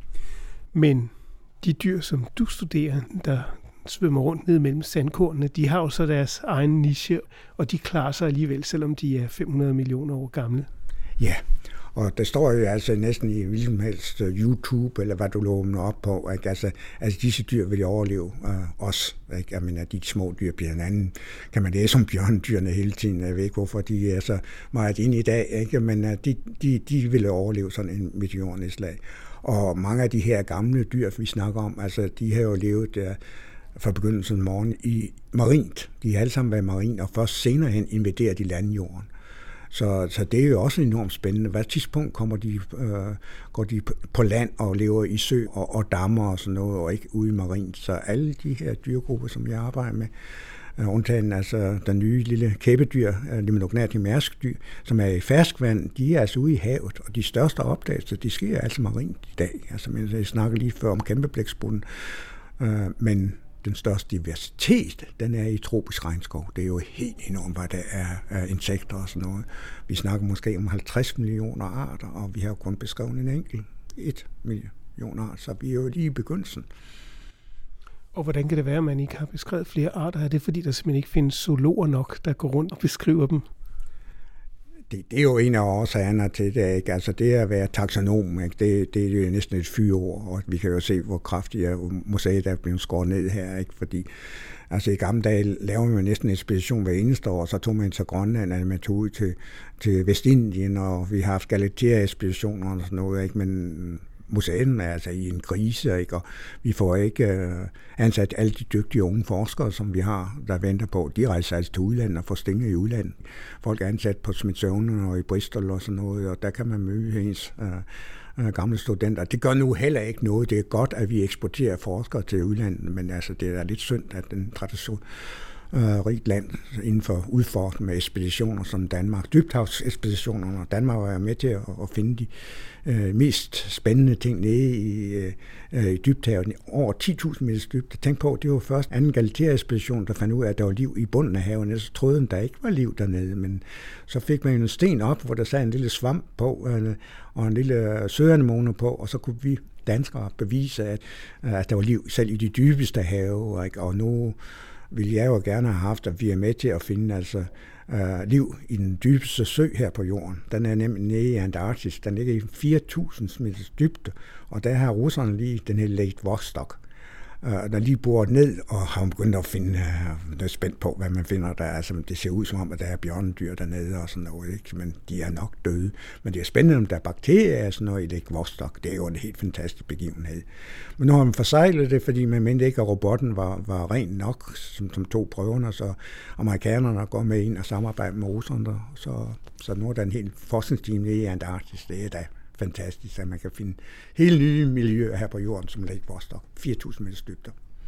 Men de dyr, som du studerer, der svømmer rundt ned mellem sandkornene, de har jo så deres egen niche, og de klarer sig alligevel, selvom de er 500 millioner år gamle. Ja, og der står jo altså næsten i hvilken helst YouTube, eller hvad du låner op på, ikke? Altså disse dyr vil overleve os. Ikke? Jeg mener, de små dyr bliver en anden. Kan man læse om bjørnedyrene hele tiden? Jeg ved ikke, hvorfor de er så meget inde i dag, ikke? Men de vil overleve sådan en meteornedslag. Og mange af de her gamle dyr, vi snakker om, altså de har jo levet fra begyndelsen af morgen i marint. De har alle sammen været marin, og først senere hen invaderer de landjorden. Så det er jo også enormt spændende. Hvad tidspunkt går de på land og lever i sø og dammer og sådan noget, og ikke ude i marint. Så alle de her dyregrupper, som jeg arbejder med, undtagen altså den nye lille kæbedyr, Limnognathidae mærskdyr, som er i ferskvand, de er altså ude i havet, og de største opdagelser, de sker altså marint i dag. Altså, jeg snakker lige før om kæmpeblækspruten, men den største diversitet, den er i tropisk regnskov. Det er jo helt enormt, hvad der er af insekter og sådan noget. Vi snakker måske om 50 millioner arter, og vi har kun beskrevet en enkelt 1 million arter, så vi er jo lige i begyndelsen. Og hvordan kan det være, at man ikke har beskrevet flere arter? Er det fordi, der simpelthen ikke findes zoologer nok, der går rundt og beskriver dem? Det er jo en af årsagerne til det, ikke? Altså det at være taksonom, ikke? Det er jo næsten et fyreord, og vi kan jo se, hvor kraftigt museet er blevet skåret ned her, ikke? Fordi altså i gamle dage laver man næsten en ekspedition hver eneste år, så tog man til Grønland, eller man tog ud til Vestindien, og vi har haft Galatea-ekspeditioner og sådan noget, ikke? Men museet er altså i en krise, ikke? Og vi får ikke ansat alle de dygtige unge forskere, som vi har, der venter på. De rejser altså til udlandet og får stillinger i udlandet. Folk er ansat på Smithsonian og i Bristol og sådan noget, og der kan man møde ens gamle studenter. Det gør nu heller ikke noget. Det er godt, at vi eksporterer forskere til udlandet, men altså, det er lidt synd, at den tradition rigt land inden for udfordring med ekspeditioner som Danmark. Dybhavsekspeditionerne, og Danmark var med til at finde de mest spændende ting nede i dybthavet. Over 10.000 meters dybde. Tænk på, det var først anden Galatea-ekspedition, der fandt ud af, at der var liv i bunden af havet. Så troede de, der ikke var liv dernede, men så fik man en sten op, hvor der sad en lille svamp på, og en lille søanemone på, og så kunne vi danskere bevise, at der var liv selv i de dybeste have, ikke? Og nu ville jeg jo gerne have haft, at vi er med til at finde liv i den dybeste sø her på jorden. Den er nemlig nede i Antarktis. Den ligger i 4.000 meters dybde, og der har russerne lige den her Lake Vostok, der lige boret ned, og har begyndt at finde, der er spændt på, hvad man finder der. Altså, det ser ud som om, at der er bjørnedyr dernede og sådan noget, ikke? Men de er nok døde. Men det er spændende, om der er bakterier og sådan noget i Lake Vostok. Det er jo en helt fantastisk begivenhed. Men nu har man forsejlet det, fordi man mente ikke, at robotten var ren nok, som tog prøverne, så amerikanerne går med ind og samarbejder med russerne. Så nu er der en helt forskningsteam i Antarktis. Det er da fantastisk, at man kan finde helt nye miljøer her på jorden, som Lake Vostok. 4.000 meters dybder.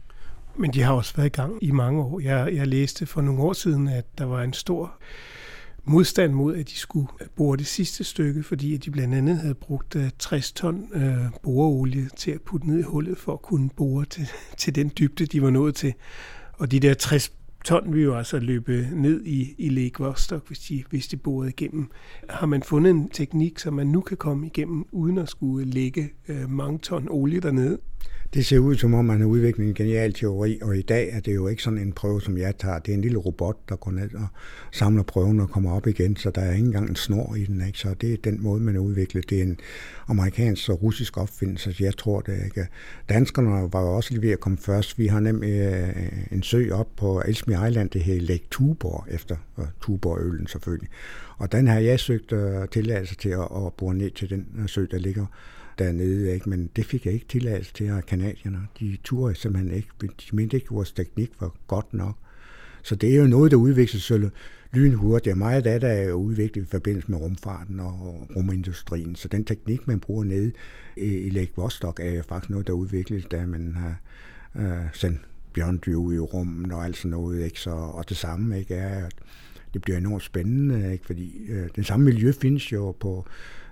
Men de har også været i gang i mange år. Jeg læste for nogle år siden, at der var en stor modstand mod, at de skulle bore det sidste stykke, fordi de blandt andet havde brugt 60 ton boreolie til at putte ned i hullet for at kunne bore til den dybde, de var nået til. Og de der 60 ton vil jo altså løbe ned i Lake Vostok, hvis de borede igennem. Har man fundet en teknik, så man nu kan komme igennem, uden at skulle lægge mange ton olie dernede? Det ser ud som om, man har udviklet en genial teori, og i dag er det jo ikke sådan en prøve, som jeg tager. Det er en lille robot, der går ned og samler prøven og kommer op igen, så der er ikke engang en snor i den, ikke? Så det er den måde, man har udviklet. Det er en amerikansk og russisk opfindelse, så jeg tror det ikke. Danskerne var jo også lige ved at komme først. Vi har nemlig en sø op på Ellesmere Island, det her Lake Tuborg, efter Tuborgølen selvfølgelig. Og den har jeg søgt tilladelse til at bore ned til den sø, der ligger dernede, ikke? Men det fik jeg ikke tilladelse til af kanadierne. De turde simpelthen ikke. De mente ikke, at vores teknik var godt nok. Så det er jo noget, der udvikler sig lynhurtigt. Meget af det er jo udviklet i forbindelse med rumfarten og rumindustrien. Så den teknik, man bruger nede i Lake Vostok, er faktisk noget, der er udviklet, da man har sendt bjørndyr ud i rummet og alt sådan noget, ikke? Så, og det samme, ikke, er, at det bliver enormt spændende, ikke? Fordi det samme miljø findes jo på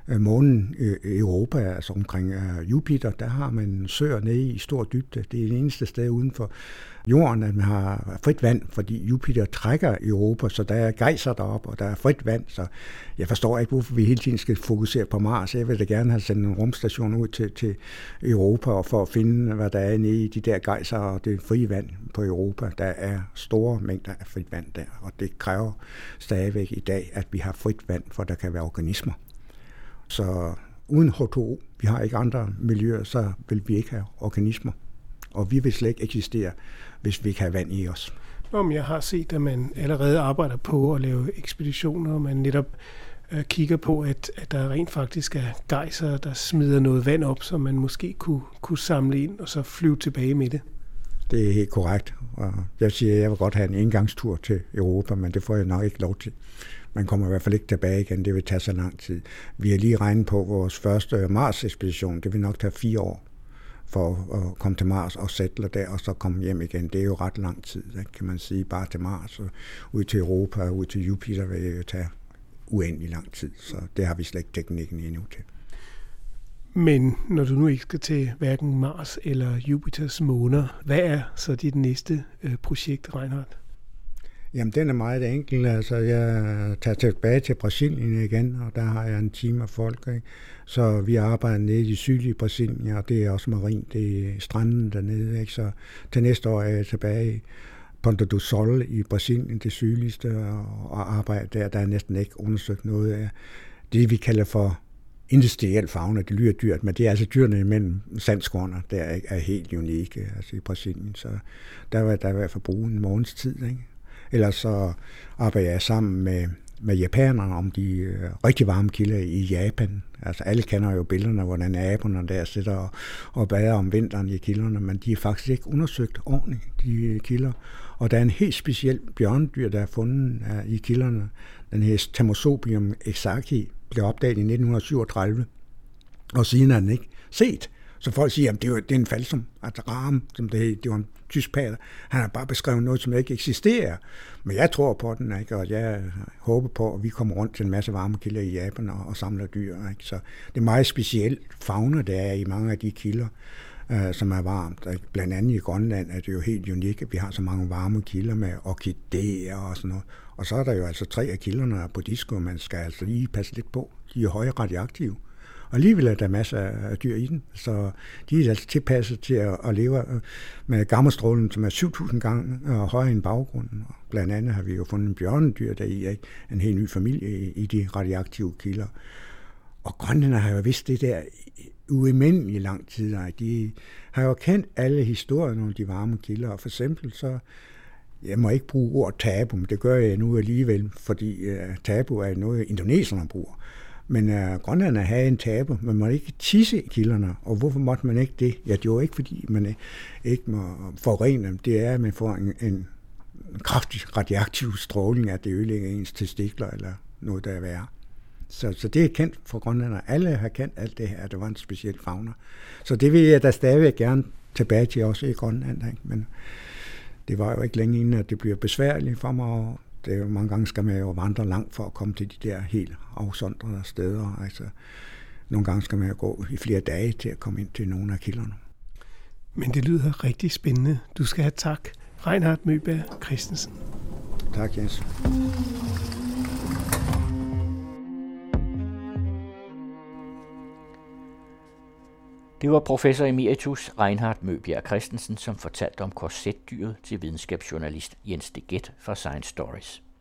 månen i Europa, altså omkring Jupiter. Der har man søer nede i stor dybde. Det er det eneste sted uden for jorden, at man har frit vand, fordi Jupiter trækker Europa, så der er gejser deroppe, og der er frit vand, så jeg forstår ikke, hvorfor vi hele tiden skal fokusere på Mars. Jeg vil da gerne have sendt en rumstation ud til Europa, og for at finde, hvad der er nede i de der gejser og det frie vand på Europa. Der er store mængder af frit vand der, og det kræver stadigvæk i dag, at vi har frit vand, for der kan være organismer. Så uden H2O, vi har ikke andre miljøer, så vil vi ikke have organismer. Og vi vil slet ikke eksistere, hvis vi ikke har vand i os. Jeg har set, at man allerede arbejder på at lave ekspeditioner, og man netop kigger på, at der rent faktisk er gejser, der smider noget vand op, som man måske kunne samle ind og så flyve tilbage med det. Det er helt korrekt. Og jeg siger, at jeg vil godt have en engangstur til Europa, men det får jeg nok ikke lov til. Man kommer i hvert fald ikke tilbage igen, det vil tage så lang tid. Vi har lige regnet på vores første Mars-ekspedition, det vil nok tage 4 år for at komme til Mars og sætte der, og så komme hjem igen. Det er jo ret lang tid, kan man sige, bare til Mars, og ud til Europa og ud til Jupiter vil det jo tage uendelig lang tid, så det har vi slet ikke teknikken endnu til. Men når du nu ikke skal til hverken Mars eller Jupiters måner, hvad er så dit næste projekt, Reinhardt? Jamen, den er meget enkel. Altså, jeg tager tilbage til Brasilien igen, og der har jeg en team af folk, ikke? Så vi arbejder nede i de sydlige Brasilien, og det er også marin, det er stranden dernede, ikke? Så til næste år er jeg tilbage i Ponta do Sol i Brasilien, det sydligste, og arbejder der. Der er næsten ikke undersøgt noget af det, vi kalder for industriel fauna. Det lyder dyrt, men det er altså dyrene imellem sandskårene, der er helt unikke, altså i Brasilien. Så der vil der i hvert fald bruge en morgens tid, ikke? Ellers så arbejder jeg sammen med japanerne om de rigtig varme kilder i Japan. Altså alle kender jo billederne, hvordan aberne der sidder og bader om vinteren i kilderne, men de er faktisk ikke undersøgt ordentligt, de kilder. Og der er en helt speciel bjørnedyr, der er fundet i kilderne. Den her Thamosobium exaki blev opdaget i 1937, og siden er den ikke set. Så folk siger, at det er en falsum, altså Rahm, som det var en tysk pater. Han har bare beskrevet noget, som ikke eksisterer. Men jeg tror på den, ikke? Og jeg håber på, at vi kommer rundt til en masse varmekilder i Japan og samler dyr. Ikke? Så det er meget specielt fauna, der er i mange af de kilder, som er varmt. Blandt andet i Grønland er det jo helt unikt, at vi har så mange varme kilder med orkideer og sådan noget. Og så er der jo altså 3 af kilderne på Disco, man skal altså lige passe lidt på. De er højt radioaktive. Og alligevel er der masser af dyr i den, så de er altså tilpasset til at leve med gammastrålen, som er 7.000 gange højere end baggrunden. Og blandt andet har vi jo fundet en bjørnedyr deri, ikke? En helt ny familie i de radioaktive kilder. Og grønlænderne har jo vidst det der uimendelig lang tid. De har jo kendt alle historierne om de varme kilder, og for eksempel så, jeg må ikke bruge ordet tabu, men det gør jeg nu alligevel, fordi tabu er noget, indoneserne bruger. Men grønlænderne havde en tabu, man måtte ikke tisse i kilderne, og hvorfor måtte man ikke det? Ja, det var ikke, fordi man ikke må forurene dem. Det er, at man får en kraftig radioaktiv stråling, at det ødelægger ens testikler eller noget, der er værre. Så det er kendt for grønlændere. Alle har kendt alt det her, at det var en speciel fauna. Så det vil jeg da stadigvæk gerne tilbage til også i Grønland. Ikke? Men det var jo ikke længe inden, at det bliver besværligt for mig. Og det er jo mange gange skal man jo vandre langt for at komme til de der helt afsondrede steder. Altså, nogle gange skal man jo gå i flere dage til at komme ind til nogle af kilderne. Men det lyder rigtig spændende. Du skal have tak, Reinhard Møberg Christensen. Tak, Jens. Det var professor emeritus Reinhard Møbjerg Christensen, som fortalte om korsetdyret til videnskabsjournalist Jens de Get fra Science Stories.